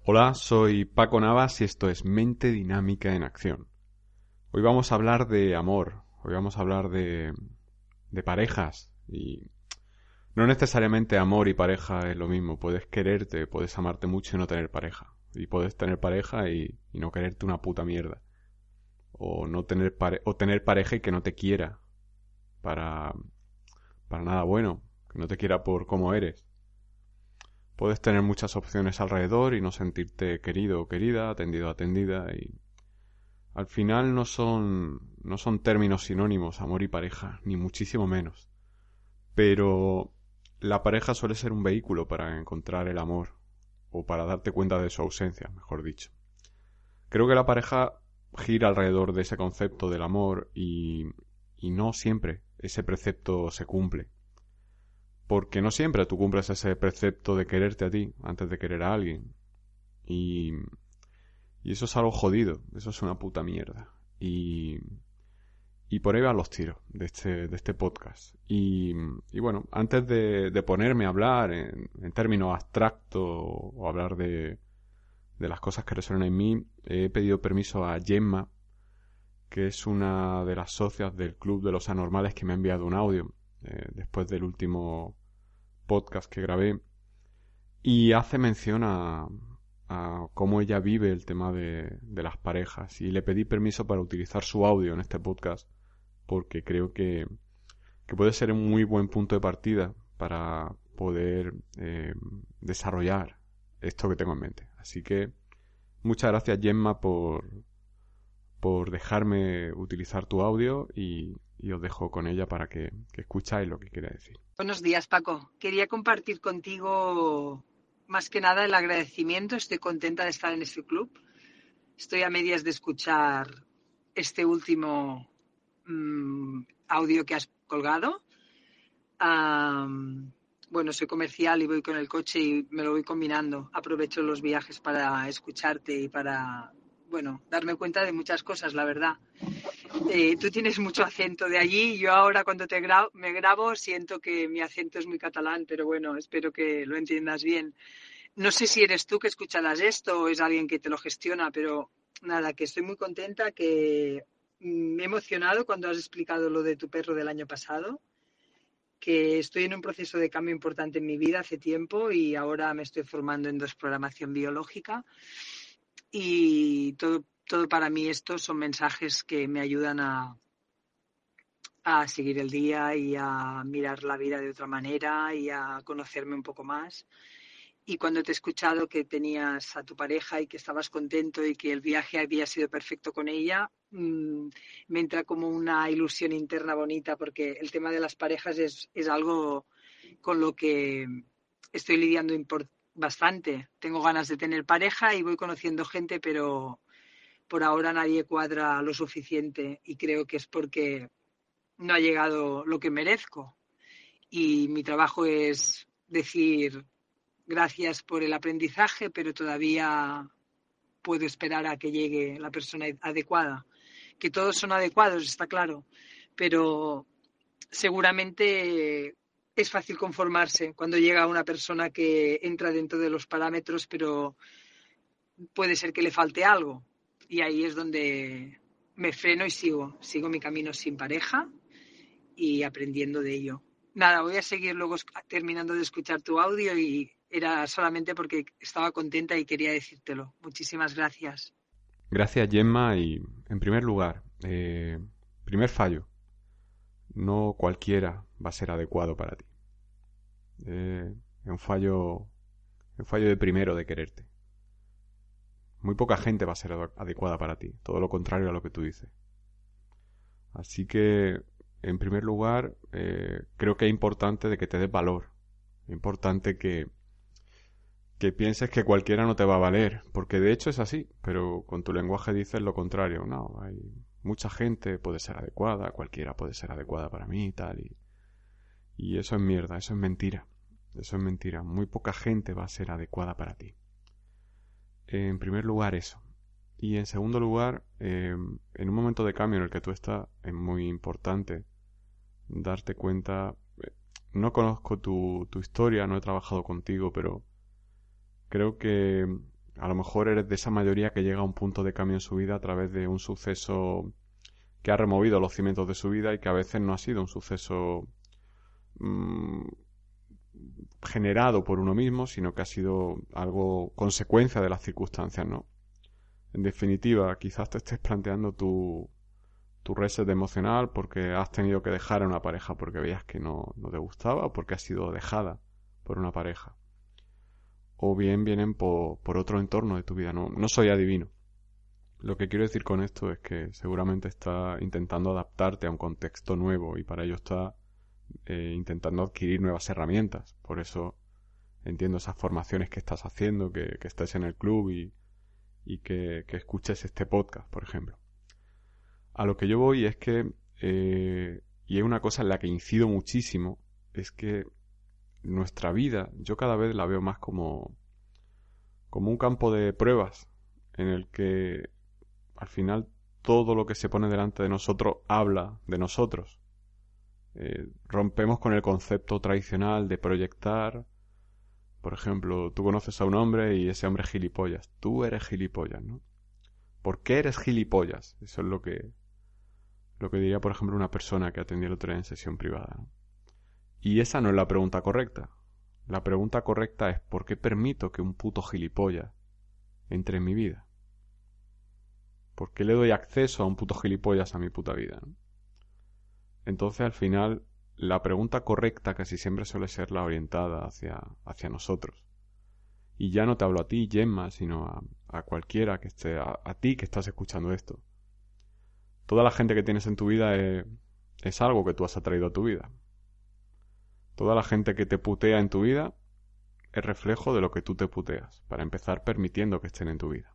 Hola, soy Paco Navas y esto es Mente Dinámica en Acción. Hoy vamos a hablar de amor, hoy vamos a hablar de parejas y no necesariamente amor y pareja es lo mismo. Puedes quererte, puedes amarte mucho y no tener pareja. Y puedes tener pareja y no quererte una puta mierda. O no tener o tener pareja y que no te quiera para, para nada bueno, que no te quiera por cómo eres. Puedes tener muchas opciones alrededor y no sentirte querido o querida, atendido o atendida y al final no son términos sinónimos, amor y pareja, ni muchísimo menos. Pero la pareja suele ser un vehículo para encontrar el amor, o para darte cuenta de su ausencia, mejor dicho. Creo que la pareja gira alrededor de ese concepto del amor y no siempre ese precepto se cumple. Porque no siempre tú cumples ese precepto de quererte a ti antes de querer a alguien. Y, y eso es algo jodido, eso es una puta mierda. Y por ahí van los tiros de este podcast. Y bueno, antes de ponerme a hablar en términos abstractos o hablar de las cosas que resuenan en mí, he pedido permiso a Gemma, que es una de las socias del Club de los Anormales, que me ha enviado un audio después del último podcast que grabé. Y hace mención a cómo ella vive el tema de las parejas. Y le pedí permiso para utilizar su audio en este podcast, porque creo que puede ser un muy buen punto de partida para poder desarrollar esto que tengo en mente. Así que muchas gracias, Gemma, por dejarme utilizar tu audio y os dejo con ella para que escucháis lo que quiere decir. Buenos días, Paco. Quería compartir contigo más que nada el agradecimiento. Estoy contenta de estar en este club. Estoy a medias de escuchar este último audio que has colgado. Bueno, soy comercial y voy con el coche y me lo voy combinando. Aprovecho los viajes para escucharte y para, bueno, darme cuenta de muchas cosas, la verdad. Tú tienes mucho acento de allí. Yo ahora cuando me grabo siento que mi acento es muy catalán, pero bueno, espero que lo entiendas bien. No sé si eres tú que escucharás esto o es alguien que te lo gestiona, pero nada, que estoy muy contenta, que me he emocionado cuando has explicado lo de tu perro del año pasado, que estoy en un proceso de cambio importante en mi vida hace tiempo y ahora me estoy formando en desprogramación biológica y todo para mí estos son mensajes que me ayudan a seguir el día y a mirar la vida de otra manera y a conocerme un poco más. Y cuando te he escuchado que tenías a tu pareja y que estabas contento y que el viaje había sido perfecto con ella, me entra como una ilusión interna bonita, porque el tema de las parejas es algo con lo que estoy lidiando bastante. Tengo ganas de tener pareja y voy conociendo gente, pero por ahora nadie cuadra lo suficiente y creo que es porque no ha llegado lo que merezco. Y mi trabajo es decir gracias por el aprendizaje, pero todavía puedo esperar a que llegue la persona adecuada. Que todos son adecuados, está claro, pero seguramente es fácil conformarse cuando llega una persona que entra dentro de los parámetros, pero puede ser que le falte algo. Y ahí es donde me freno y sigo mi camino sin pareja y aprendiendo de ello. Nada, voy a seguir luego terminando de escuchar tu audio y era solamente porque estaba contenta y quería decírtelo. Muchísimas gracias. Gracias, Gemma, y en primer lugar, primer fallo, no cualquiera va a ser adecuado para ti. Es un fallo de primero de quererte. Muy poca gente va a ser adecuada para ti, todo lo contrario a lo que tú dices. Así que, en primer lugar, creo que es importante de que te des valor. Es importante que pienses que cualquiera no te va a valer, porque de hecho es así, pero con tu lenguaje dices lo contrario. No, hay mucha gente puede ser adecuada, cualquiera puede ser adecuada para mí y tal, y eso es mierda, eso es mentira. Eso es mentira. Muy poca gente va a ser adecuada para ti. En primer lugar, eso. Y en segundo lugar, en un momento de cambio en el que tú estás, es muy importante darte cuenta. No conozco tu historia, no he trabajado contigo, pero creo que a lo mejor eres de esa mayoría que llega a un punto de cambio en su vida a través de un suceso que ha removido los cimientos de su vida y que a veces no ha sido un suceso generado por uno mismo, sino que ha sido algo consecuencia de las circunstancias, ¿no? En definitiva, quizás te estés planteando tu reset emocional porque has tenido que dejar a una pareja porque veías que no te gustaba o porque has sido dejada por una pareja. O bien vienen por otro entorno de tu vida. No soy adivino. Lo que quiero decir con esto es que seguramente estás intentando adaptarte a un contexto nuevo y para ello estás intentando adquirir nuevas herramientas. Por eso entiendo esas formaciones que estás haciendo, que estés en el club y que escuches este podcast, por ejemplo. A lo que yo voy es que, y es una cosa en la que incido muchísimo, es que nuestra vida, yo cada vez la veo más como un campo de pruebas en el que al final todo lo que se pone delante de nosotros habla de nosotros. Rompemos con el concepto tradicional de proyectar. Por ejemplo, tú conoces a un hombre y ese hombre es gilipollas. Tú eres gilipollas, ¿no? ¿Por qué eres gilipollas? Eso es lo que diría, por ejemplo, una persona que atendí el otro día en sesión privada, ¿no? Y esa no es la pregunta correcta. La pregunta correcta es ¿por qué permito que un puto gilipollas entre en mi vida? ¿Por qué le doy acceso a un puto gilipollas a mi puta vida, ¿no? Entonces, al final, la pregunta correcta casi siempre suele ser la orientada hacia nosotros. Y ya no te hablo a ti, Gemma, sino a cualquiera que esté, a ti que estás escuchando esto. Toda la gente que tienes en tu vida es algo que tú has atraído a tu vida. Toda la gente que te putea en tu vida es reflejo de lo que tú te puteas, para empezar permitiendo que estén en tu vida.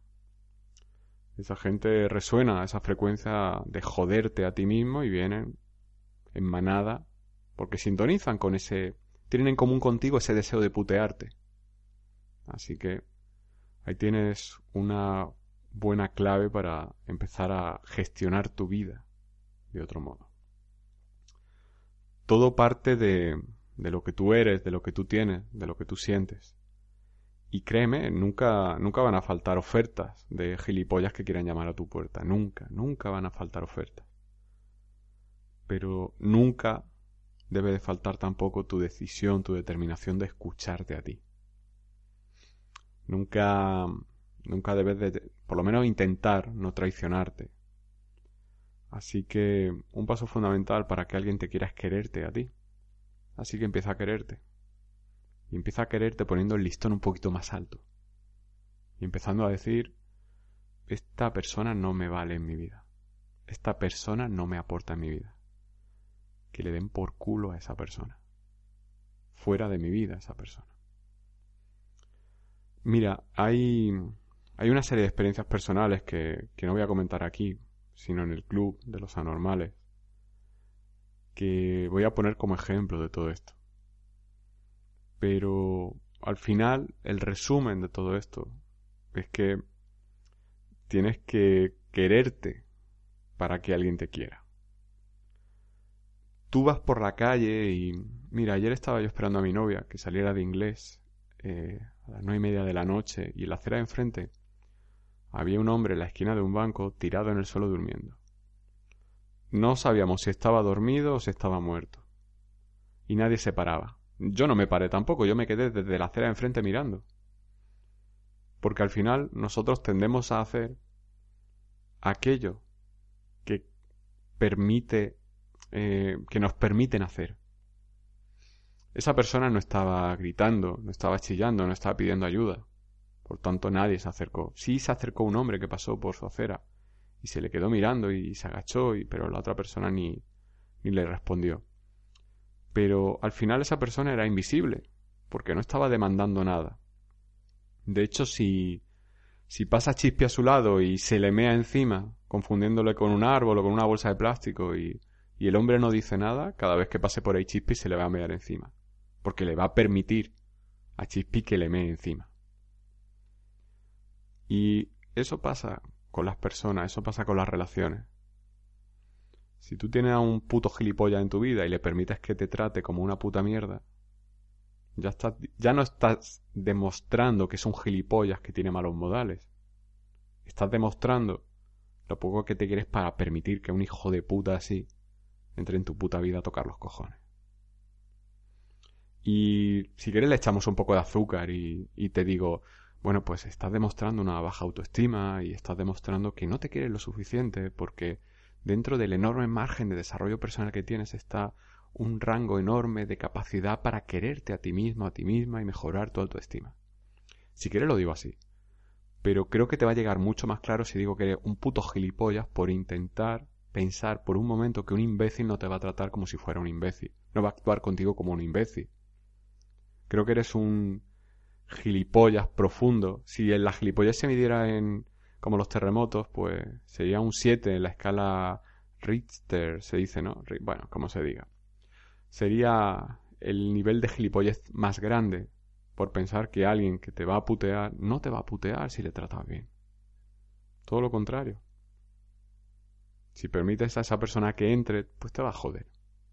Esa gente resuena a esa frecuencia de joderte a ti mismo y vienen en manada porque sintonizan con tienen en común contigo ese deseo de putearte. Así que ahí tienes una buena clave para empezar a gestionar tu vida de otro modo. Todo parte de lo que tú eres, de lo que tú tienes, de lo que tú sientes. Y créeme, nunca van a faltar ofertas de gilipollas que quieran llamar a tu puerta. Nunca van a faltar ofertas. Pero nunca debe de faltar tampoco tu decisión, tu determinación de escucharte a ti. Nunca debes de, por lo menos intentar no traicionarte. Así que un paso fundamental para que alguien te quiera es quererte a ti. Así que empieza a quererte. Y empieza a quererte poniendo el listón un poquito más alto. Y empezando a decir, esta persona no me vale en mi vida. Esta persona no me aporta en mi vida. Que le den por culo a esa persona. Fuera de mi vida esa persona. Mira, hay una serie de experiencias personales que no voy a comentar aquí, sino en el club de los anormales, que voy a poner como ejemplo de todo esto. Pero al final, el resumen de todo esto es que tienes que quererte para que alguien te quiera. Tú vas por la calle y... Mira, ayer estaba yo esperando a mi novia que saliera de inglés a las 9:30 de la noche y en la acera de enfrente había un hombre en la esquina de un banco tirado en el suelo durmiendo. No sabíamos si estaba dormido o si estaba muerto. Y nadie se paraba. Yo no me paré tampoco, yo me quedé desde la acera de enfrente mirando. Porque al final nosotros tendemos a hacer aquello que que nos permiten hacer. Esa persona no estaba gritando, no estaba chillando, no estaba pidiendo ayuda. Por tanto, nadie se acercó. Sí se acercó un hombre que pasó por su acera y se le quedó mirando y se agachó, pero la otra persona ni le respondió. Pero al final esa persona era invisible, porque no estaba demandando nada. De hecho, si pasa Chispi a su lado y se le mea encima, confundiéndole con un árbol o con una bolsa de plástico y el hombre no dice nada, cada vez que pase por ahí Chispi se le va a mear encima. Porque le va a permitir a Chispi que le mee encima. Y eso pasa con las personas, eso pasa con las relaciones. Si tú tienes a un puto gilipollas en tu vida y le permites que te trate como una puta mierda, Ya no estás demostrando que es un gilipollas que tiene malos modales. Estás demostrando lo poco que te quieres para permitir que un hijo de puta así entre en tu puta vida a tocar los cojones. Y si quieres le echamos un poco de azúcar y te digo, bueno, pues estás demostrando una baja autoestima y estás demostrando que no te quieres lo suficiente porque dentro del enorme margen de desarrollo personal que tienes está un rango enorme de capacidad para quererte a ti mismo, a ti misma y mejorar tu autoestima. Si quieres lo digo así. Pero creo que te va a llegar mucho más claro si digo que eres un puto gilipollas por intentar pensar por un momento que un imbécil no te va a tratar como si fuera un imbécil. No va a actuar contigo como un imbécil. Creo que eres un gilipollas profundo. Si la gilipollas se midiera en como los terremotos, pues sería un 7 en la escala Richter, se dice, ¿no? Bueno, como se diga. Sería el nivel de gilipollas más grande por pensar que alguien que te va a putear no te va a putear si le tratas bien. Todo lo contrario. Si permites a esa persona que entre, pues te va a joder.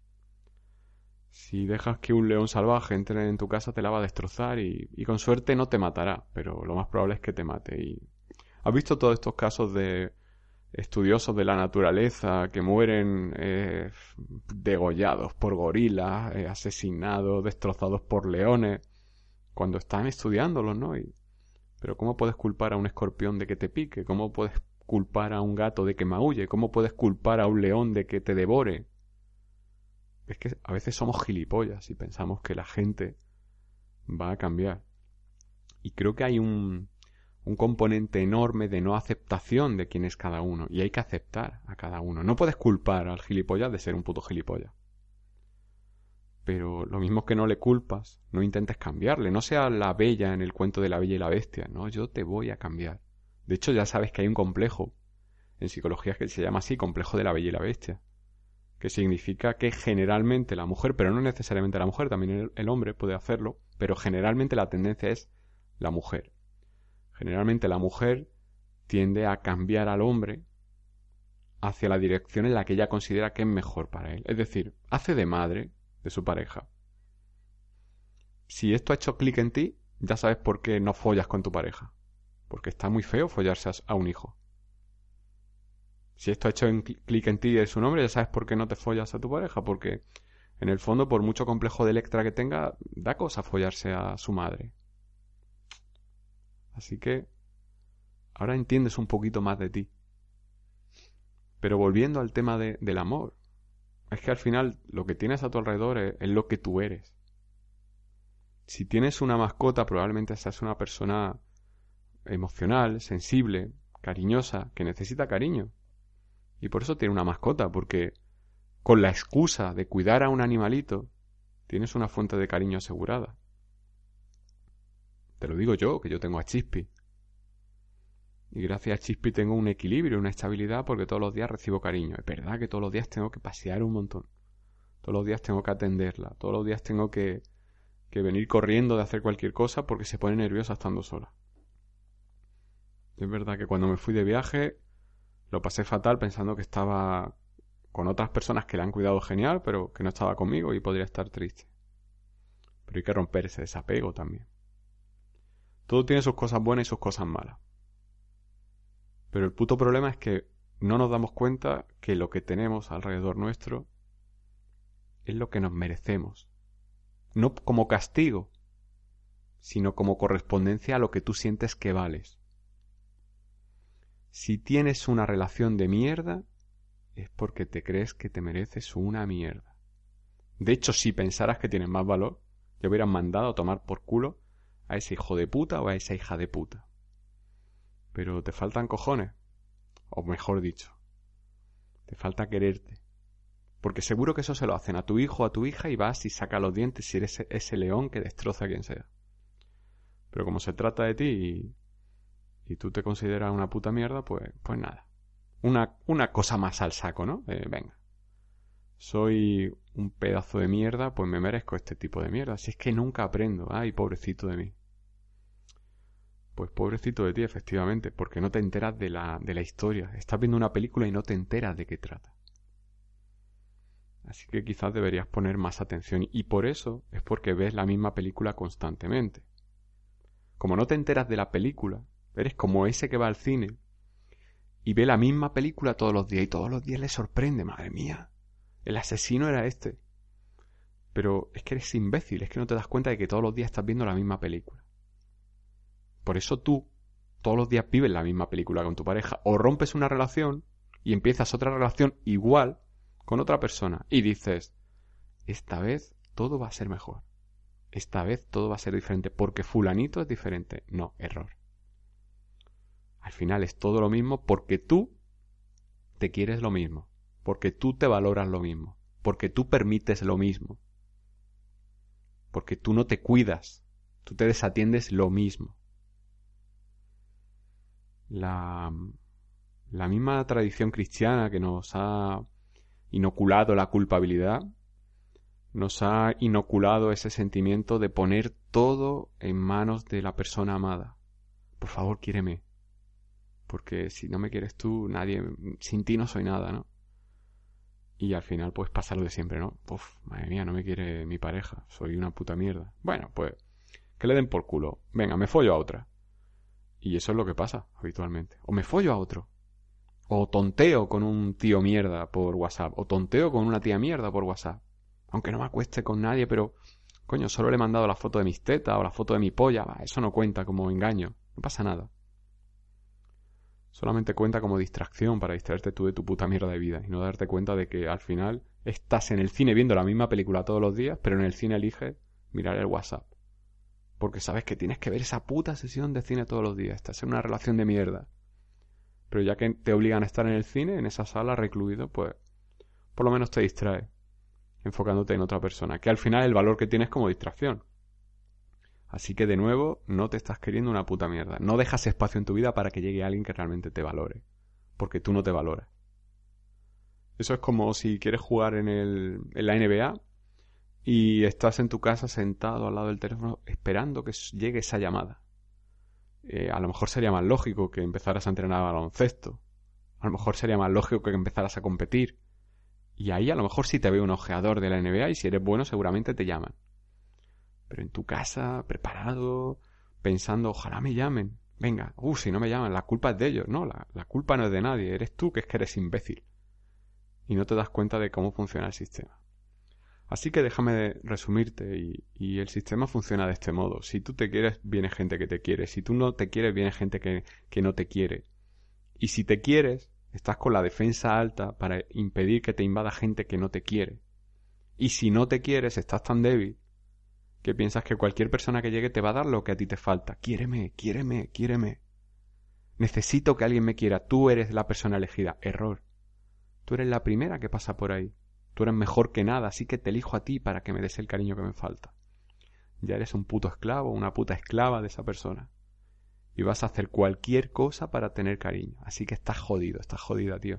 Si dejas que un león salvaje entre en tu casa, te la va a destrozar y con suerte no te matará, pero lo más probable es que te mate. Y ¿has visto todos estos casos de estudiosos de la naturaleza que mueren degollados por gorilas, asesinados, destrozados por leones, cuando están estudiándolos, ¿no? Pero ¿cómo puedes culpar a un escorpión de que te pique? ¿Cómo puedes culpar a un gato de que maulle? ¿Cómo puedes culpar a un león de que te devore? Es que a veces somos gilipollas y pensamos que la gente va a cambiar. Y creo que hay un componente enorme de no aceptación de quién es cada uno. Y hay que aceptar a cada uno. No puedes culpar al gilipollas de ser un puto gilipollas. Pero lo mismo que no le culpas, no intentes cambiarle. No seas la bella en el cuento de la Bella y la Bestia. No, yo te voy a cambiar. De hecho, ya sabes que hay un complejo en psicología que se llama así, complejo de la Bella y la Bestia. Que significa que generalmente la mujer, pero no necesariamente la mujer, también el hombre puede hacerlo, pero generalmente la tendencia es la mujer. Generalmente la mujer tiende a cambiar al hombre hacia la dirección en la que ella considera que es mejor para él. Es decir, hace de madre de su pareja. Si esto ha hecho clic en ti, ya sabes por qué no follas con tu pareja. Porque está muy feo follarse a un hijo. Si esto ha hecho clic en ti y es un hombre, ya sabes por qué no te follas a tu pareja. Porque, en el fondo, por mucho complejo de Electra que tenga, da cosa follarse a su madre. Así que ahora entiendes un poquito más de ti. Pero volviendo al tema del amor, es que al final lo que tienes a tu alrededor es lo que tú eres. Si tienes una mascota, probablemente seas una persona emocional, sensible, cariñosa, que necesita cariño. Y por eso tiene una mascota, porque con la excusa de cuidar a un animalito, tienes una fuente de cariño asegurada. Te lo digo yo, que yo tengo a Chispy. Y gracias a Chispy tengo un equilibrio, una estabilidad, porque todos los días recibo cariño. Es verdad que todos los días tengo que pasear un montón. Todos los días tengo que atenderla. Todos los días tengo que venir corriendo de hacer cualquier cosa porque se pone nerviosa estando sola. Es verdad que cuando me fui de viaje lo pasé fatal pensando que estaba con otras personas que la han cuidado genial, pero que no estaba conmigo y podría estar triste. Pero hay que romper ese desapego también. Todo tiene sus cosas buenas y sus cosas malas. Pero el puto problema es que no nos damos cuenta que lo que tenemos alrededor nuestro es lo que nos merecemos. No como castigo, sino como correspondencia a lo que tú sientes que vales. Si tienes una relación de mierda, es porque te crees que te mereces una mierda. De hecho, si pensaras que tienes más valor, te hubieran mandado a tomar por culo a ese hijo de puta o a esa hija de puta. Pero te faltan cojones, o mejor dicho, te falta quererte. Porque seguro que eso se lo hacen a tu hijo o a tu hija y vas y sacas los dientes si eres ese león que destroza a quien sea. Pero como se trata de ti y tú te consideras una puta mierda, pues nada. Una cosa más al saco, ¿no? Venga. Soy un pedazo de mierda, pues me merezco este tipo de mierda. Si es que nunca aprendo. Ay, pobrecito de mí. Pues pobrecito de ti, efectivamente, porque no te enteras de la historia. Estás viendo una película y no te enteras de qué trata. Así que quizás deberías poner más atención. Y por eso es porque ves la misma película constantemente. Como no te enteras de la película, eres como ese que va al cine y ve la misma película todos los días y todos los días le sorprende, madre mía, el asesino era este. Pero es que eres imbécil, es que no te das cuenta de que todos los días estás viendo la misma película. Por eso tú todos los días vives la misma película con tu pareja, o rompes una relación y empiezas otra relación igual con otra persona y dices, esta vez todo va a ser mejor, esta vez todo va a ser diferente porque fulanito es diferente. No, error. Al final es todo lo mismo porque tú te quieres lo mismo, porque tú te valoras lo mismo, porque tú permites lo mismo, porque tú no te cuidas, tú te desatiendes lo mismo. La misma tradición cristiana que nos ha inoculado la culpabilidad, nos ha inoculado ese sentimiento de poner todo en manos de la persona amada. Por favor, quiéreme, porque si no me quieres tú, nadie, sin ti no soy nada, ¿no? Y al final pues pasa lo de siempre, ¿no? Uf, madre mía, no me quiere mi pareja, soy una puta mierda. Bueno, pues que le den por culo. Venga, me follo a otra. Y eso es lo que pasa habitualmente. O me follo a otro. O tonteo con un tío mierda por WhatsApp. O tonteo con una tía mierda por WhatsApp. Aunque no me acueste con nadie, pero coño, solo le he mandado la foto de mis tetas o la foto de mi polla. Bah, eso no cuenta como engaño. No pasa nada. Solamente cuenta como distracción para distraerte tú de tu puta mierda de vida y no darte cuenta de que al final estás en el cine viendo la misma película todos los días, pero en el cine eliges mirar el WhatsApp. Porque sabes que tienes que ver esa puta sesión de cine todos los días. Estás en una relación de mierda. Pero ya que te obligan a estar en el cine, en esa sala, recluido, pues por lo menos te distrae, enfocándote en otra persona. Que al final el valor que tienes como distracción. Así que de nuevo, no te estás queriendo una puta mierda. No dejas espacio en tu vida para que llegue alguien que realmente te valore. Porque tú no te valoras. Eso es como si quieres jugar en la NBA y estás en tu casa sentado al lado del teléfono esperando que llegue esa llamada. A lo mejor sería más lógico que empezaras a entrenar a baloncesto. A lo mejor sería más lógico que empezaras a competir. Y ahí a lo mejor sí te ve un ojeador de la NBA y si eres bueno seguramente te llaman. Pero en tu casa, preparado, pensando, ojalá me llamen. Venga, si no me llaman, la culpa es de ellos. No, la culpa no es de nadie. Eres tú que es que eres imbécil. Y no te das cuenta de cómo funciona el sistema. Así que déjame resumirte y el sistema funciona de este modo. Si tú te quieres, viene gente que te quiere. Si tú no te quieres, viene gente que no te quiere. Y si te quieres, estás con la defensa alta para impedir que te invada gente que no te quiere. Y si no te quieres, estás tan débil que piensas que cualquier persona que llegue te va a dar lo que a ti te falta. Quiéreme, quiéreme, quiéreme. Necesito que alguien me quiera. Tú eres la persona elegida. Error. Tú eres la primera que pasa por ahí. Tú eres mejor que nada, así que te elijo a ti para que me des el cariño que me falta. Ya eres un puto esclavo, una puta esclava de esa persona. Y vas a hacer cualquier cosa para tener cariño. Así que estás jodido, estás jodida, tío.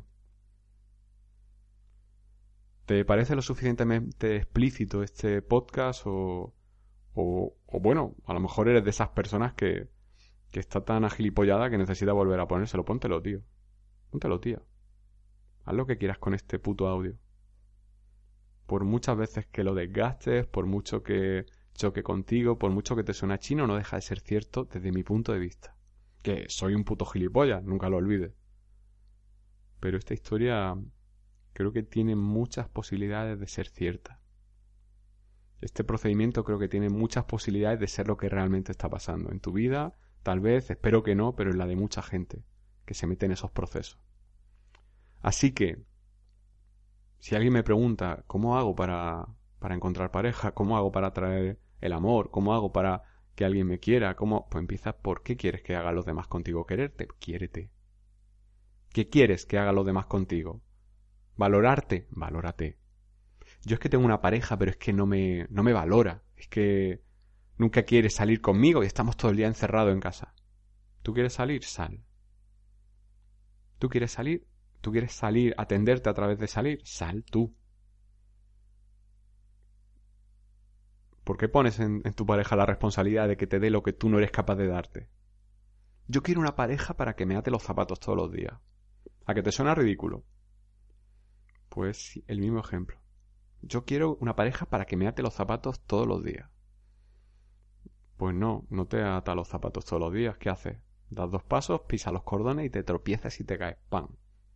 ¿Te parece lo suficientemente explícito este podcast o bueno, a lo mejor eres de esas personas que está tan agilipollada que necesita volver a ponérselo? Póntelo, tío. Póntelo, tía. Haz lo que quieras con este puto audio. Por muchas veces que lo desgastes, por mucho que choque contigo, por mucho que te suene chino, no deja de ser cierto desde mi punto de vista. Que soy un puto gilipollas, nunca lo olvides. Pero esta historia creo que tiene muchas posibilidades de ser cierta. Este procedimiento creo que tiene muchas posibilidades de ser lo que realmente está pasando en tu vida, tal vez, espero que no, pero en la de mucha gente que se mete en esos procesos. Así que si alguien me pregunta, ¿cómo hago para encontrar pareja? ¿Cómo hago para atraer el amor? ¿Cómo hago para que alguien me quiera? Pues empieza por ¿qué quieres que hagan los demás contigo? ¿Quererte? Quiérete. ¿Qué quieres que hagan los demás contigo? ¿Valorarte? Valórate. Yo es que tengo una pareja, pero es que no me valora. Es que nunca quiere salir conmigo y estamos todo el día encerrados en casa. ¿Tú quieres salir? Sal. ¿Tú quieres salir? ¿Tú quieres salir, atenderte a través de salir? Sal tú. ¿Por qué pones en tu pareja la responsabilidad de que te dé lo que tú no eres capaz de darte? Yo quiero una pareja para que me ate los zapatos todos los días. ¿A que te suena ridículo? Pues el mismo ejemplo. Yo quiero una pareja para que me ate los zapatos todos los días. Pues no te ata los zapatos todos los días. ¿Qué haces? Das 2 pasos, pisas los cordones y te tropiezas y te caes. ¡Pam!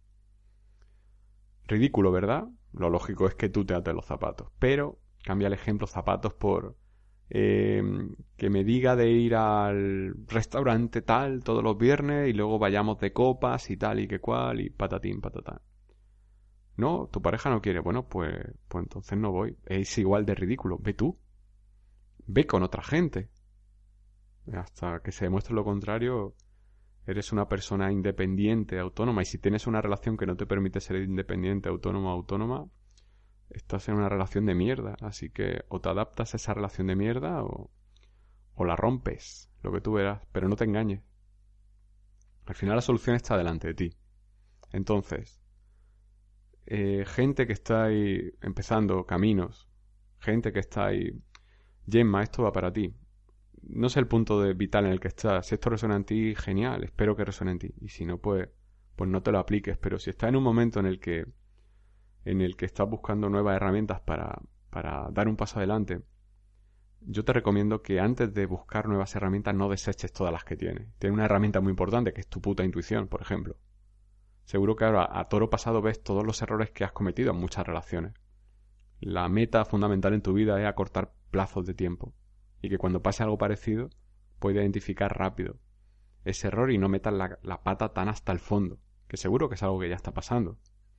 Ridículo, ¿verdad? Lo lógico es que tú te ates los zapatos. Pero cambia el ejemplo zapatos por que me diga de ir al restaurante tal todos los viernes y luego vayamos de copas y tal y que cual y patatín, patatán. No, tu pareja no quiere. Bueno, pues entonces no voy. Es igual de ridículo. Ve tú. Ve con otra gente. Hasta que se demuestre lo contrario, eres una persona independiente, autónoma. Y si tienes una relación que no te permite ser independiente, autónoma, estás en una relación de mierda. Así que o te adaptas a esa relación de mierda o la rompes. Lo que tú verás. Pero no te engañes. Al final la solución está delante de ti. Entonces, gente que está ahí empezando caminos, gente que está ahí, Gemma, esto va para ti. No sé el punto vital en el que estás. Si esto resuena en ti, genial, espero que resuene en ti. Y si no, pues no te lo apliques. Pero si estás en un momento en el que estás buscando nuevas herramientas para dar un paso adelante, yo te recomiendo que antes de buscar nuevas herramientas no deseches todas las que tienes. Tienes una herramienta muy importante que es tu puta intuición, por ejemplo. Seguro que ahora a toro pasado ves todos los errores que has cometido en muchas relaciones. La meta fundamental en tu vida es acortar plazos de tiempo y que cuando pase algo parecido puedas identificar rápido ese error y no metas la pata tan hasta el fondo, que seguro que es algo que ya está pasando.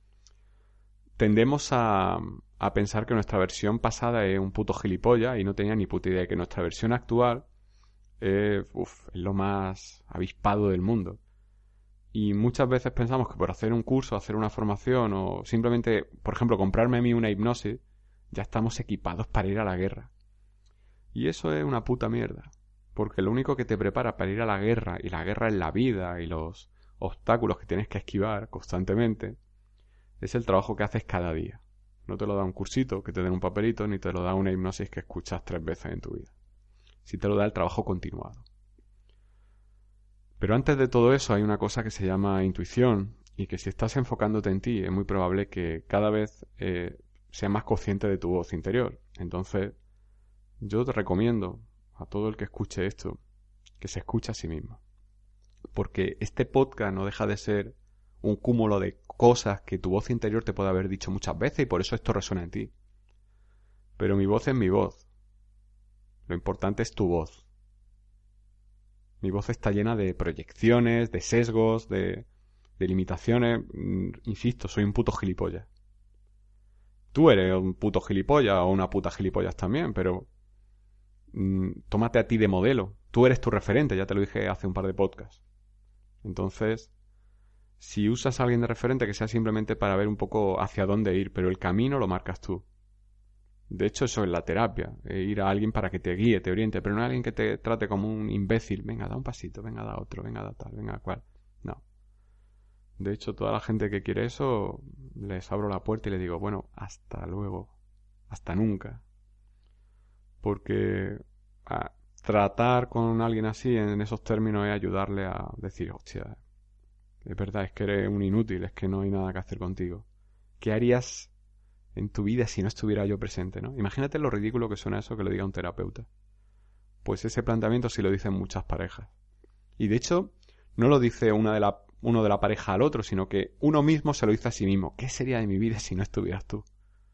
Tendemos a pensar que nuestra versión pasada es un puto gilipollas y no tenía ni puta idea de que nuestra versión actual es lo más avispado del mundo. Y muchas veces pensamos que por hacer un curso, hacer una formación o simplemente, por ejemplo, comprarme a mí una hipnosis, ya estamos equipados para ir a la guerra. Y eso es una puta mierda. Porque lo único que te prepara para ir a la guerra, y la guerra es la vida y los obstáculos que tienes que esquivar constantemente, es el trabajo que haces cada día. No te lo da un cursito que te den un papelito, ni te lo da una hipnosis que escuchas 3 veces en tu vida. Si te lo da el trabajo continuado. Pero antes de todo eso hay una cosa que se llama intuición y que si estás enfocándote en ti es muy probable que cada vez seas más consciente de tu voz interior. Entonces yo te recomiendo a todo el que escuche esto que se escuche a sí mismo. Porque este podcast no deja de ser un cúmulo de cosas que tu voz interior te puede haber dicho muchas veces y por eso esto resuena en ti. Pero mi voz es mi voz. Lo importante es tu voz. Mi voz está llena de proyecciones, de sesgos, de limitaciones. Insisto, soy un puto gilipollas. Tú eres un puto gilipollas o una puta gilipollas también, pero tómate a ti de modelo. Tú eres tu referente, ya te lo dije hace un par de podcasts. Entonces, si usas a alguien de referente, que sea simplemente para ver un poco hacia dónde ir, pero el camino lo marcas tú. De hecho, eso es la terapia, ir a alguien para que te guíe, te oriente, pero no a alguien que te trate como un imbécil. Venga, da un pasito, venga, da otro, venga, da tal, venga, cual. No. De hecho, toda la gente que quiere eso, les abro la puerta y les digo, bueno, hasta luego, hasta nunca. Porque tratar con alguien así en esos términos es ayudarle a decir, hostia, es verdad, es que eres un inútil, es que no hay nada que hacer contigo. ¿Qué harías en tu vida si no estuviera yo presente, ¿no? Imagínate lo ridículo que suena eso que lo diga un terapeuta. Pues ese planteamiento sí lo dicen muchas parejas. Y de hecho, no lo dice uno de la pareja al otro, sino que uno mismo se lo dice a sí mismo. ¿Qué sería de mi vida si no estuvieras tú?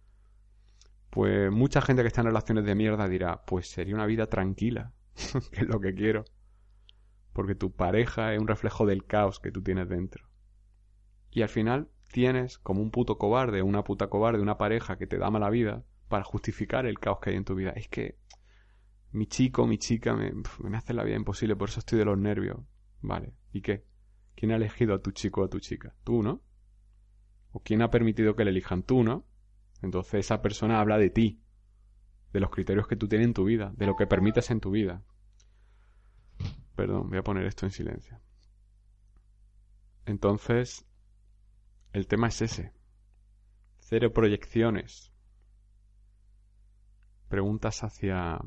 Pues mucha gente que está en relaciones de mierda dirá, pues sería una vida tranquila, que es lo que quiero. Porque tu pareja es un reflejo del caos que tú tienes dentro. Y al final tienes como un puto cobarde, una puta cobarde, una pareja que te da mala vida para justificar el caos que hay en tu vida. Es que mi chico, mi chica me hace la vida imposible, por eso estoy de los nervios. Vale, ¿y qué? ¿Quién ha elegido a tu chico o a tu chica? Tú, ¿no? ¿O quién ha permitido que le elijan? Tú, ¿no? Entonces esa persona habla de ti, de los criterios que tú tienes en tu vida, de lo que permites en tu vida. Perdón, voy a poner esto en silencio. Entonces, el tema es ese. 0 proyecciones. Preguntas hacia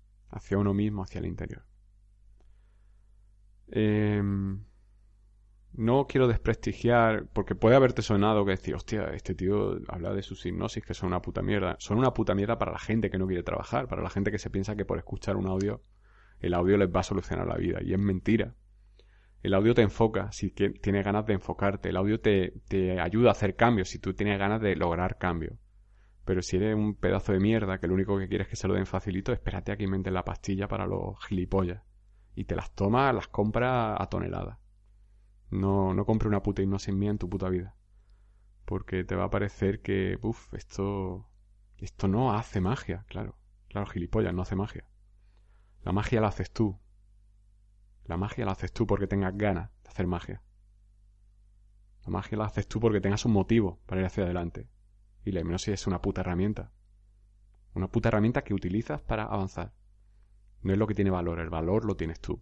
uno mismo, hacia el interior. no quiero desprestigiar, porque puede haberte sonado que decir, hostia, este tío habla de sus hipnosis que son una puta mierda. Son una puta mierda para la gente que no quiere trabajar, para la gente que se piensa que por escuchar un audio, el audio les va a solucionar la vida. Y es mentira. El audio te enfoca si tienes ganas de enfocarte. El audio te ayuda a hacer cambios si tú tienes ganas de lograr cambios. Pero si eres un pedazo de mierda que lo único que quieres es que se lo den facilito, espérate a que inventen la pastilla para los gilipollas. Y te las tomas, las compras a toneladas. No compre una puta hipnosis mía en tu puta vida. Porque te va a parecer que, esto no hace magia, claro. Claro, gilipollas, no hace magia. La magia la haces tú. La magia la haces tú porque tengas ganas de hacer magia. La magia la haces tú porque tengas un motivo para ir hacia adelante. Y la hipnosis es una puta herramienta. Una puta herramienta que utilizas para avanzar. No es lo que tiene valor, el valor lo tienes tú.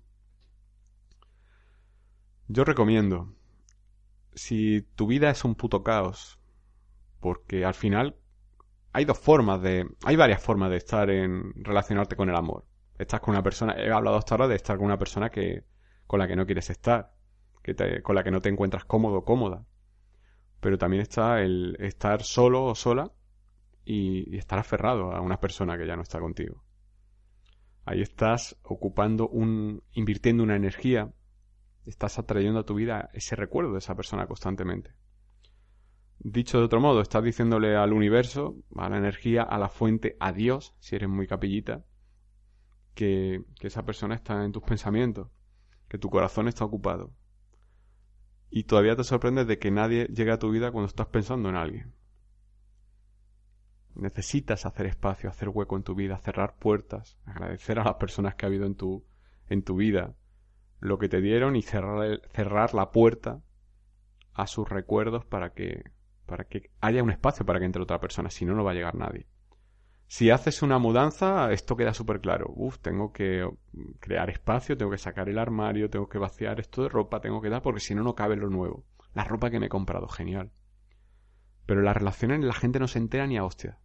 Yo recomiendo, si tu vida es un puto caos, porque al final hay varias formas de estar relacionarte con el amor. Estás con una persona, he hablado hasta ahora de estar con una persona con la que no quieres estar, con la que no te encuentras cómodo o cómoda. Pero también está el estar solo o sola y estar aferrado a una persona que ya no está contigo. Ahí estás invirtiendo una energía, estás atrayendo a tu vida ese recuerdo de esa persona constantemente. Dicho de otro modo, estás diciéndole al universo, a la energía, a la fuente, a Dios, si eres muy capillita, que esa persona está en tus pensamientos, que tu corazón está ocupado. Y todavía te sorprendes de que nadie llegue a tu vida cuando estás pensando en alguien. Necesitas hacer espacio, hacer hueco en tu vida, cerrar puertas, agradecer a las personas que ha habido en tu vida lo que te dieron y cerrar la puerta a sus recuerdos para que haya un espacio para que entre otra persona, si no, no va a llegar nadie. Si haces una mudanza, esto queda súper claro. Tengo que crear espacio, tengo que sacar el armario, tengo que vaciar esto de ropa, tengo que dar, porque si no, no cabe lo nuevo. La ropa que me he comprado, genial. Pero las relaciones la gente no se entera ni a hostia.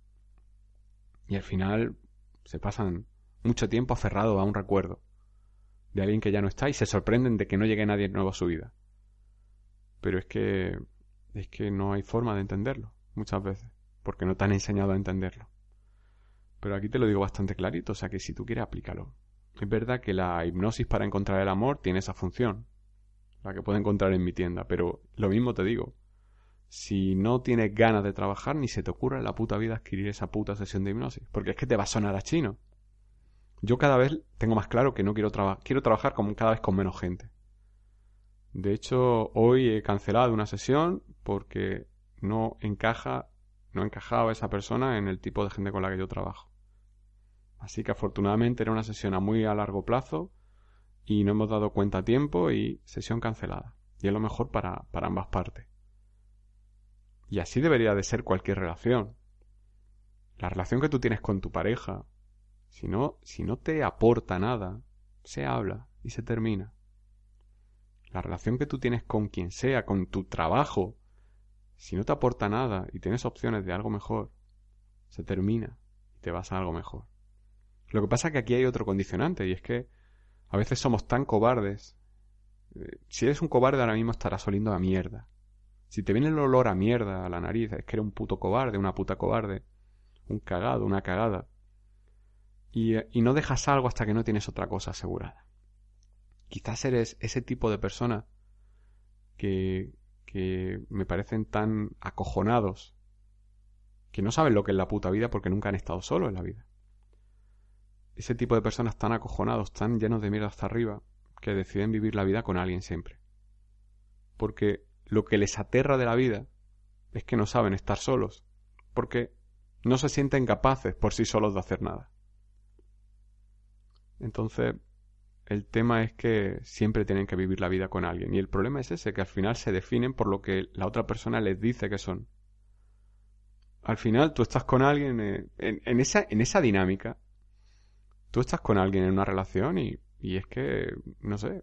Y al final se pasan mucho tiempo aferrados a un recuerdo de alguien que ya no está y se sorprenden de que no llegue nadie nuevo a su vida. Pero es que no hay forma de entenderlo, muchas veces, porque no te han enseñado a entenderlo. Pero aquí te lo digo bastante clarito, o sea que si tú quieres, aplícalo. Es verdad que la hipnosis para encontrar el amor tiene esa función, la que puedo encontrar en mi tienda, pero lo mismo te digo. Si no tienes ganas de trabajar, ni se te ocurra en la puta vida adquirir esa puta sesión de hipnosis, porque es que te va a sonar a chino. Yo cada vez tengo más claro que no quiero trabajar cada vez con menos gente. De hecho, hoy he cancelado una sesión porque no encajaba esa persona en el tipo de gente con la que yo trabajo. Así que afortunadamente era una sesión a muy largo plazo y no hemos dado cuenta a tiempo y sesión cancelada. Y es lo mejor para ambas partes. Y así debería de ser cualquier relación. La relación que tú tienes con tu pareja, si no te aporta nada, se habla y se termina. La relación que tú tienes con quien sea, con tu trabajo, si no te aporta nada y tienes opciones de algo mejor, se termina y te vas a algo mejor. Lo que pasa es que aquí hay otro condicionante y es que a veces somos tan cobardes. Si eres un cobarde ahora mismo estarás oliendo a mierda. Si te viene el olor a mierda a la nariz, es que eres un puto cobarde, una puta cobarde, un cagado, una cagada. Y no dejas algo hasta que no tienes otra cosa asegurada. Quizás eres ese tipo de persona que me parecen tan acojonados que no saben lo que es la puta vida porque nunca han estado solos en la vida. Ese tipo de personas tan acojonados, tan llenos de mierda hasta arriba, que deciden vivir la vida con alguien siempre. Porque lo que les aterra de la vida es que no saben estar solos, porque no se sienten capaces por sí solos de hacer nada. Entonces, el tema es que siempre tienen que vivir la vida con alguien. Y el problema es ese, que al final se definen por lo que la otra persona les dice que son. Al final tú estás con alguien en esa dinámica. Tú estás con alguien en una relación y es que, no sé,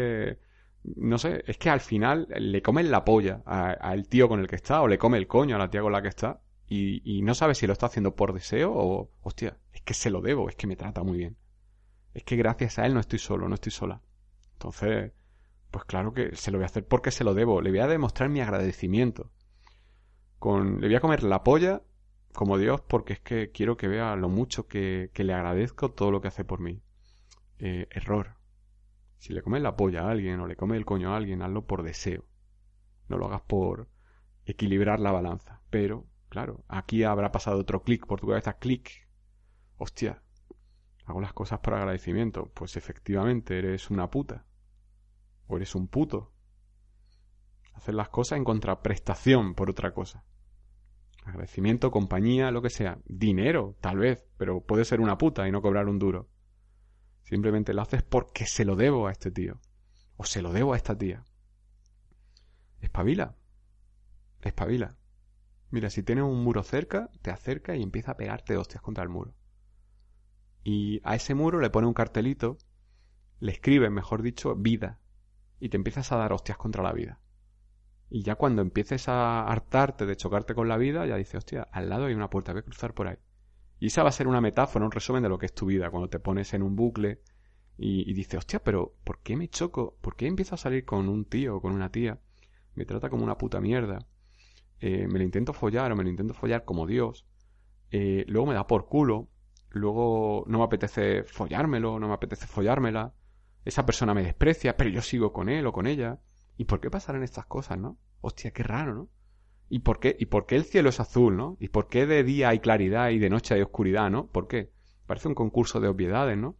es que al final le comen la polla al tío con el que está o le come el coño a la tía con la que está y no sabes si lo está haciendo por deseo o, hostia, es que se lo debo, es que me trata muy bien. Es que gracias a él no estoy solo, no estoy sola. Entonces, Pues claro que se lo voy a hacer porque se lo debo. Le voy a demostrar mi agradecimiento. Le voy a comer la polla como Dios porque es que quiero que vea lo mucho que le agradezco todo lo que hace por mí. Error. Si le comes la polla a alguien o le comes el coño a alguien, hazlo por deseo. No lo hagas por equilibrar la balanza. Pero, claro, aquí habrá pasado otro clic por tu cabeza. Clic. Hostia, hago las cosas por agradecimiento. Pues efectivamente eres una puta. O eres un puto. Hacer las cosas en contraprestación por otra cosa. Agradecimiento, compañía, lo que sea. Dinero, tal vez, pero puede ser una puta y no cobrar un duro. Simplemente lo haces porque se lo debo a este tío. O se lo debo a esta tía. Espabila. Espabila. Mira, si tienes un muro cerca, te acerca y empieza a pegarte hostias contra el muro. Y a ese muro le pone un cartelito, le escribe, mejor dicho, vida. Y te empiezas a dar hostias contra la vida. Y ya cuando empieces a hartarte de chocarte con la vida, ya dices, hostia, al lado hay una puerta, voy a cruzar por ahí. Y esa va a ser una metáfora, un resumen de lo que es tu vida, cuando te pones en un bucle y dices, hostia, pero ¿por qué me choco? ¿Por qué empiezo a salir con un tío o con una tía? Me trata como una puta mierda. Me lo intento follar o me lo intento follar como Dios. Luego me da por culo. Luego no me apetece follármelo, no me apetece follármela. Esa persona me desprecia, pero yo sigo con él o con ella. ¿Y por qué pasarán estas cosas, no? Hostia, qué raro, ¿no? ¿Y por qué el cielo es azul, no? ¿Y por qué de día hay claridad y de noche hay oscuridad, no? ¿Por qué? Parece un concurso de obviedades, ¿no?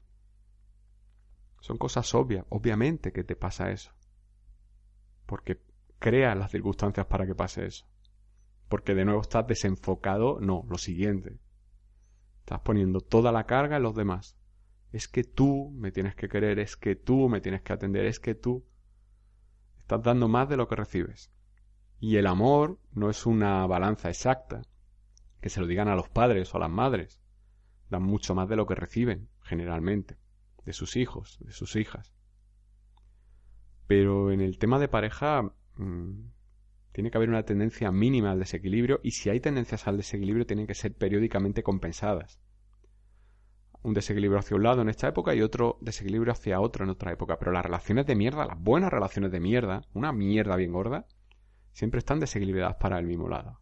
Son cosas obvias. Obviamente que te pasa eso. Porque creas las circunstancias para que pase eso. Porque de nuevo estás desenfocado. No, lo siguiente. Estás poniendo toda la carga en los demás. Es que tú me tienes que querer, es que tú me tienes que atender, es que tú estás dando más de lo que recibes. Y el amor no es una balanza exacta. Que se lo digan a los padres o a las madres. Dan mucho más de lo que reciben, generalmente. De sus hijos, de sus hijas. Pero en el tema de pareja tiene que haber una tendencia mínima al desequilibrio, y si hay tendencias al desequilibrio tienen que ser periódicamente compensadas. Un desequilibrio hacia un lado en esta época y otro desequilibrio hacia otro en otra época. Pero las relaciones de mierda, las buenas relaciones de mierda, una mierda bien gorda, siempre están desequilibradas para el mismo lado.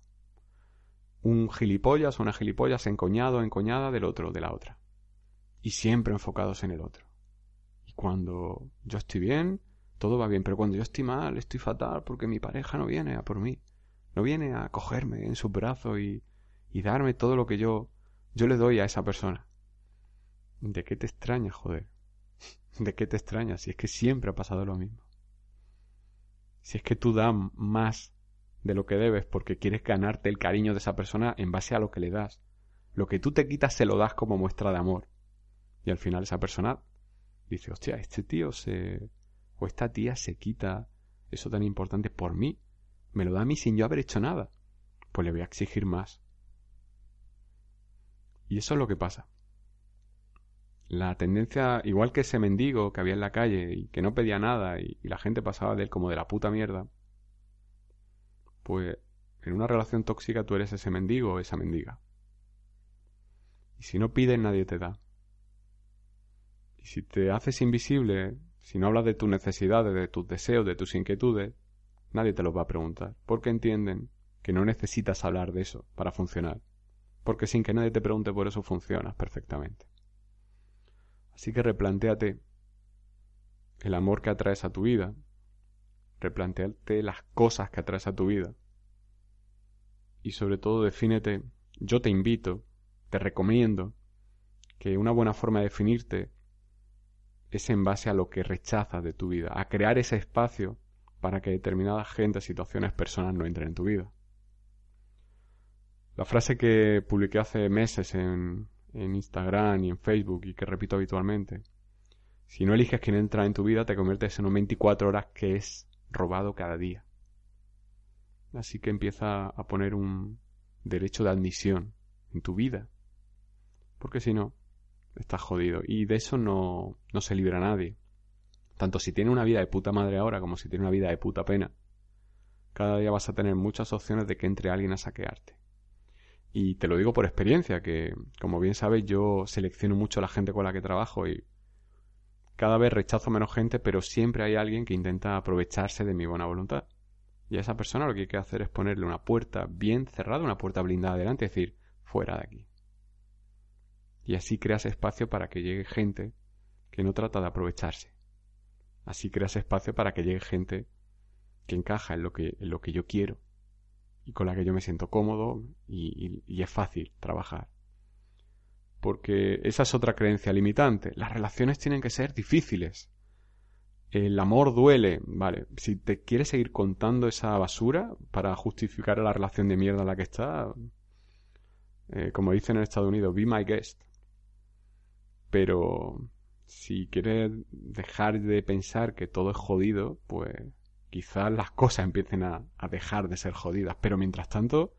Un gilipollas o una gilipollas encoñado o encoñada del otro, de la otra. Y siempre enfocados en el otro. Y cuando yo estoy bien, todo va bien. Pero cuando yo estoy mal, estoy fatal porque mi pareja no viene a por mí. No viene a cogerme en sus brazos y darme todo lo que yo le doy a esa persona. ¿De qué te extraña, joder? ¿De qué te extraña? Si es que siempre ha pasado lo mismo. Si es que tú das más de lo que debes porque quieres ganarte el cariño de esa persona en base a lo que le das. Lo que tú te quitas se lo das como muestra de amor. Y al final esa persona dice, hostia, este tío o esta tía se quita eso tan importante por mí. Me lo da a mí sin yo haber hecho nada. Pues le voy a exigir más. Y eso es lo que pasa. La tendencia, igual que ese mendigo que había en la calle y que no pedía nada y la gente pasaba de él como de la puta mierda, pues en una relación tóxica tú eres ese mendigo o esa mendiga. Y si no pides, nadie te da. Y si te haces invisible, si no hablas de tus necesidades, de tus deseos, de tus inquietudes, nadie te los va a preguntar. Porque entienden que no necesitas hablar de eso para funcionar. Porque sin que nadie te pregunte por eso funcionas perfectamente. Así que replantéate el amor que atraes a tu vida. Replantéate las cosas que atraes a tu vida. Y sobre todo defínete, yo te invito, te recomiendo, que una buena forma de definirte es en base a lo que rechazas de tu vida, a crear ese espacio para que determinadas gente, situaciones, personas no entren en tu vida. La frase que publiqué hace meses en Instagram y en Facebook y que repito habitualmente: si no eliges quién entra en tu vida, te conviertes en un 24 horas que es robado cada día. Así que empieza a poner un derecho de admisión en tu vida, porque si no, estás jodido. Y de eso no se libra nadie. Tanto si tienes una vida de puta madre ahora como si tienes una vida de puta pena, cada día vas a tener muchas opciones de que entre alguien a saquearte. Y te lo digo por experiencia, que como bien sabes yo selecciono mucho a la gente con la que trabajo y cada vez rechazo menos gente, pero siempre hay alguien que intenta aprovecharse de mi buena voluntad. Y a esa persona lo que hay que hacer es ponerle una puerta bien cerrada, una puerta blindada delante y decir, fuera de aquí. Y así creas espacio para que llegue gente que no trata de aprovecharse. Así creas espacio para que llegue gente que encaja en lo que yo quiero y con la que yo me siento cómodo y es fácil trabajar. Porque esa es otra creencia limitante. Las relaciones tienen que ser difíciles. El amor duele. Vale, si te quieres seguir contando esa basura para justificar la relación de mierda en la que estás, como dicen en Estados Unidos, be my guest. Pero si quieres dejar de pensar que todo es jodido, pues quizás las cosas empiecen a dejar de ser jodidas. Pero mientras tanto,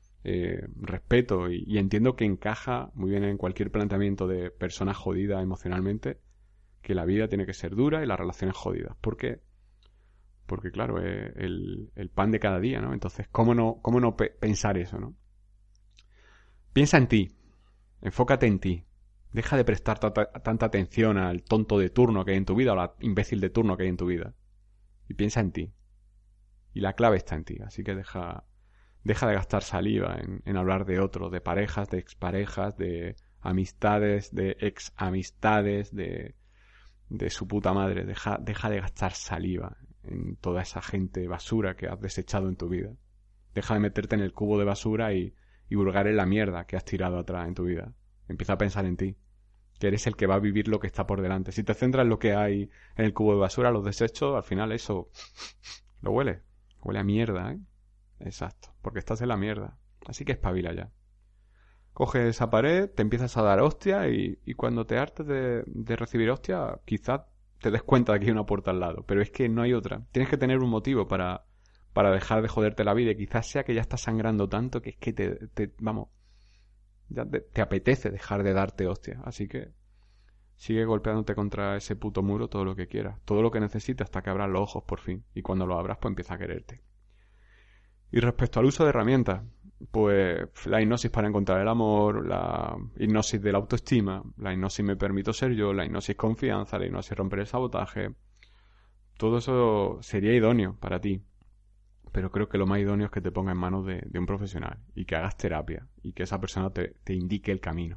respeto y entiendo que encaja muy bien en cualquier planteamiento de persona jodida emocionalmente, que la vida tiene que ser dura y las relaciones jodidas. ¿Por qué? Porque claro, es el pan de cada día, ¿no? Entonces, ¿cómo no pensar eso, no? Piensa en ti, enfócate en ti. Deja de prestar tanta atención al tonto de turno que hay en tu vida o al imbécil de turno que hay en tu vida. Y piensa en ti. Y la clave está en ti. Así que deja de gastar saliva en hablar de otros, de parejas, de exparejas, de amistades, de examistades, de su puta madre. Deja de gastar saliva en toda esa gente basura que has desechado en tu vida. Deja de meterte en el cubo de basura y hurgar en la mierda que has tirado atrás en tu vida. Empieza a pensar en ti, que eres el que va a vivir lo que está por delante. Si te centras en lo que hay en el cubo de basura, los desechos, al final eso lo huele a mierda, ¿eh? Exacto, porque estás en la mierda. Así que espabila ya. Coges esa pared, te empiezas a dar hostia y cuando te hartes de recibir hostia, quizás te des cuenta de que hay una puerta al lado. Pero es que no hay otra. Tienes que tener un motivo para dejar de joderte la vida y quizás sea que ya estás sangrando tanto que es que vamos, ya te apetece dejar de darte hostia. Así que sigue golpeándote contra ese puto muro todo lo que quieras. Todo lo que necesites hasta que abras los ojos por fin. Y cuando los abras, pues empieza a quererte. Y respecto al uso de herramientas, pues la hipnosis para encontrar el amor, la hipnosis de la autoestima, la hipnosis me permito ser yo, la hipnosis confianza, la hipnosis romper el sabotaje, todo eso sería idóneo para ti. Pero creo que lo más idóneo es que te ponga en manos de un profesional y que hagas terapia y que esa persona te indique el camino.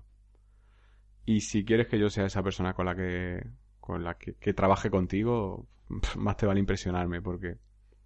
Y si quieres que yo sea esa persona con la que trabaje contigo, más te vale impresionarme porque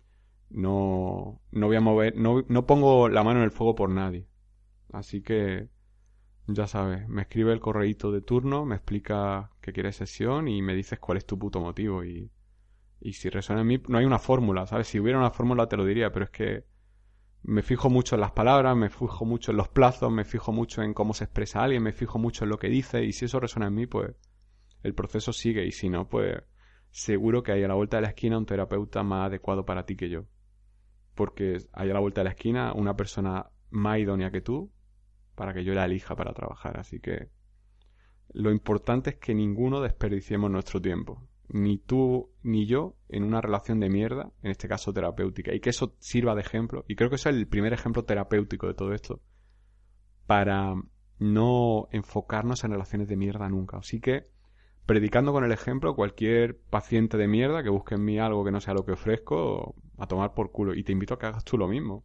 no voy a mover, no pongo la mano en el fuego por nadie. Así que ya sabes, me escribe el correíto de turno, me explica que quieres sesión y me dices cuál es tu puto motivo y si resuena en mí, no hay una fórmula, ¿sabes? Si hubiera una fórmula te lo diría, pero es que me fijo mucho en las palabras, me fijo mucho en los plazos, me fijo mucho en cómo se expresa alguien, me fijo mucho en lo que dice y si eso resuena en mí, pues el proceso sigue y si no, pues seguro que hay a la vuelta de la esquina un terapeuta más adecuado para ti que yo. Porque hay a la vuelta de la esquina una persona más idónea que tú para que yo la elija para trabajar. Así que lo importante es que ninguno desperdiciemos nuestro tiempo. Ni tú ni yo en una relación de mierda, en este caso terapéutica, y que eso sirva de ejemplo, y creo que eso es el primer ejemplo terapéutico de todo esto, para no enfocarnos en relaciones de mierda nunca. Así que, predicando con el ejemplo, cualquier paciente de mierda que busque en mí algo que no sea lo que ofrezco, a tomar por culo, y te invito a que hagas tú lo mismo.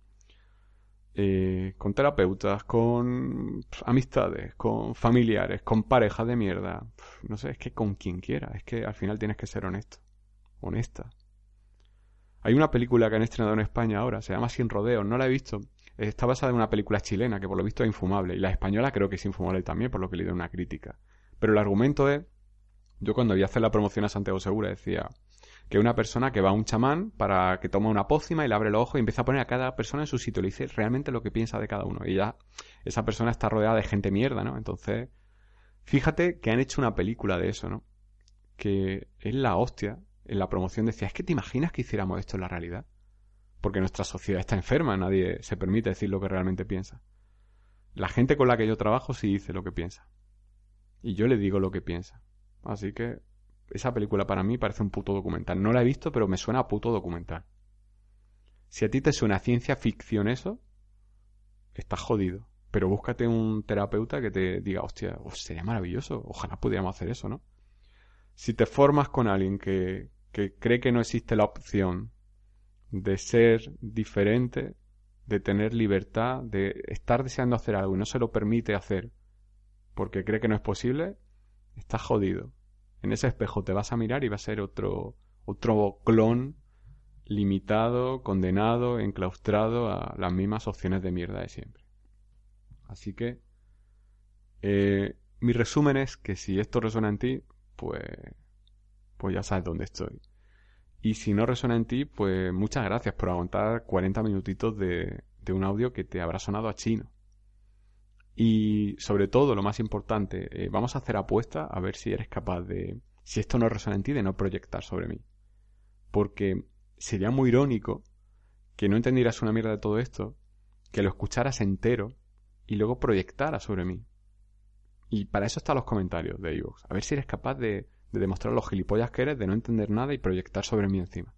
Con terapeutas, con amistades, con familiares, con parejas de mierda. No sé, es que con quien quiera. Es que al final tienes que ser honesto. Honesta. Hay una película que han estrenado en España ahora, se llama Sin Rodeos, no la he visto. Está basada en una película chilena que por lo visto es infumable. Y la española creo que es infumable también, por lo que he leído una crítica. Pero el argumento es... Yo cuando iba a hacer la promoción a Santiago Segura decía... que una persona que va a un chamán para que toma una pócima y le abre los ojos y empieza a poner a cada persona en su sitio, le dice realmente lo que piensa de cada uno y ya esa persona está rodeada de gente mierda, ¿no? Entonces, fíjate que han hecho una película de eso, ¿no? Que es la hostia. En la promoción decía, es que te imaginas que hiciéramos esto en la realidad, porque nuestra sociedad está enferma, nadie se permite decir lo que realmente piensa. La gente con la que yo trabajo sí dice lo que piensa y yo le digo lo que piensa, así que esa película para mí parece un puto documental. No la he visto, pero me suena a puto documental. Si a ti te suena ciencia ficción eso, estás jodido. Pero búscate un terapeuta que te diga, hostia, sería maravilloso. Ojalá pudiéramos hacer eso, ¿no? Si te formas con alguien que cree que no existe la opción de ser diferente, de tener libertad, de estar deseando hacer algo y no se lo permite hacer porque cree que no es posible, estás jodido. En ese espejo te vas a mirar y va a ser otro clon limitado, condenado, enclaustrado a las mismas opciones de mierda de siempre. Así que mi resumen es que si esto resuena en ti, pues ya sabes dónde estoy. Y si no resuena en ti, pues muchas gracias por aguantar 40 minutitos de un audio que te habrá sonado a chino. Y sobre todo, lo más importante, vamos a hacer apuesta a ver si eres capaz de, si esto no resuena en ti, de no proyectar sobre mí. Porque sería muy irónico que no entendieras una mierda de todo esto, que lo escucharas entero y luego proyectaras sobre mí. Y para eso están los comentarios de iVoox. A ver si eres capaz de demostrar los gilipollas que eres, de no entender nada y proyectar sobre mí encima.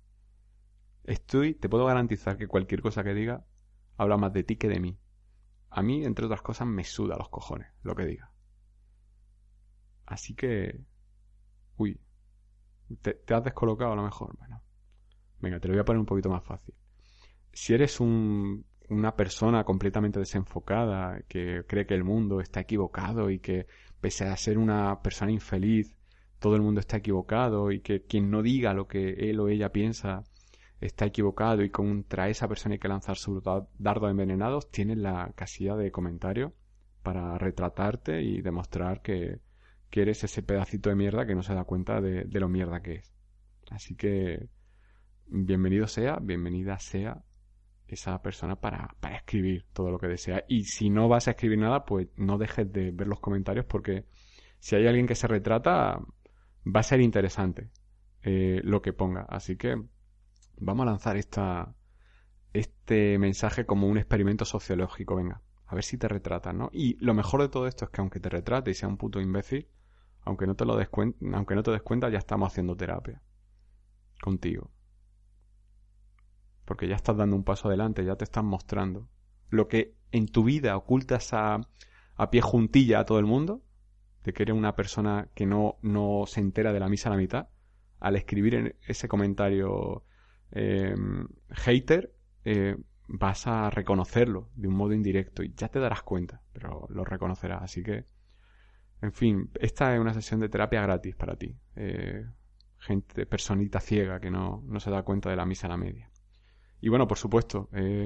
Te puedo garantizar que cualquier cosa que diga habla más de ti que de mí. A mí, entre otras cosas, me suda los cojones lo que diga. Así que... Uy. ¿Te has descolocado a lo mejor? Bueno. Venga, te lo voy a poner un poquito más fácil. Si eres una persona completamente desenfocada, que cree que el mundo está equivocado y que, pese a ser una persona infeliz, todo el mundo está equivocado y que quien no diga lo que él o ella piensa está equivocado y contra esa persona hay que lanzar sus dardos envenenados, tienes la casilla de comentarios para retratarte y demostrar que eres ese pedacito de mierda que no se da cuenta de lo mierda que es. Así que bienvenida sea esa persona para escribir todo lo que desea. Y si no vas a escribir nada, pues no dejes de ver los comentarios, porque si hay alguien que se retrata, va a ser interesante lo que ponga. Así que vamos a lanzar este mensaje como un experimento sociológico. Venga, a ver si te retratas, ¿no? Y lo mejor de todo esto es que aunque te retrate y sea un puto imbécil, aunque no te des cuenta, ya estamos haciendo terapia contigo. Porque ya estás dando un paso adelante, ya te estás mostrando. Lo que en tu vida ocultas a pie juntilla a todo el mundo, de que eres una persona que no se entera de la misa a la mitad, al escribir en ese comentario hater, vas a reconocerlo de un modo indirecto y ya te darás cuenta, pero lo reconocerás. Así que, en fin, esta es una sesión de terapia gratis para ti. Personita ciega que no se da cuenta de la misa a la media. Y bueno, por supuesto,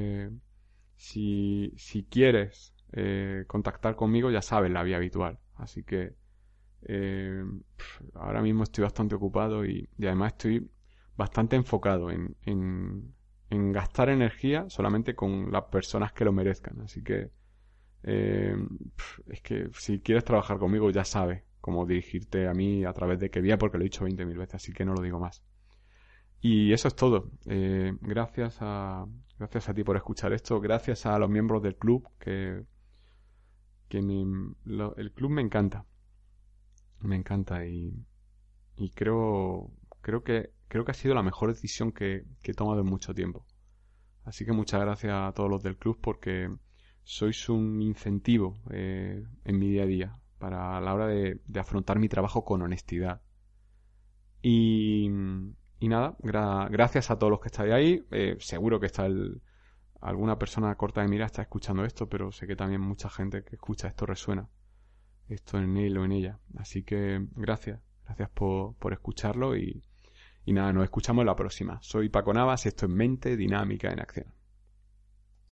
si quieres contactar conmigo, ya sabes la vía habitual. Así que ahora mismo estoy bastante ocupado y además estoy bastante enfocado en gastar energía solamente con las personas que lo merezcan. Así que es que si quieres trabajar conmigo, ya sabes cómo dirigirte a mí a través de qué vía, porque lo he dicho 20.000 veces, así que no lo digo más. Y eso es todo. Gracias a ti por escuchar esto. Gracias a los miembros del club, el club me encanta. Me encanta y creo que ha sido la mejor decisión que he tomado en mucho tiempo. Así que muchas gracias a todos los del club, porque sois un incentivo en mi día a día para la hora de afrontar mi trabajo con honestidad. Y nada, gracias a todos los que estáis ahí. Seguro que alguna persona corta de mira está escuchando esto, pero sé que también mucha gente que escucha esto resuena esto en él o en ella. Así que gracias por escucharlo y nada, nos escuchamos en la próxima. Soy Paco Navas y esto es Mente Dinámica en Acción.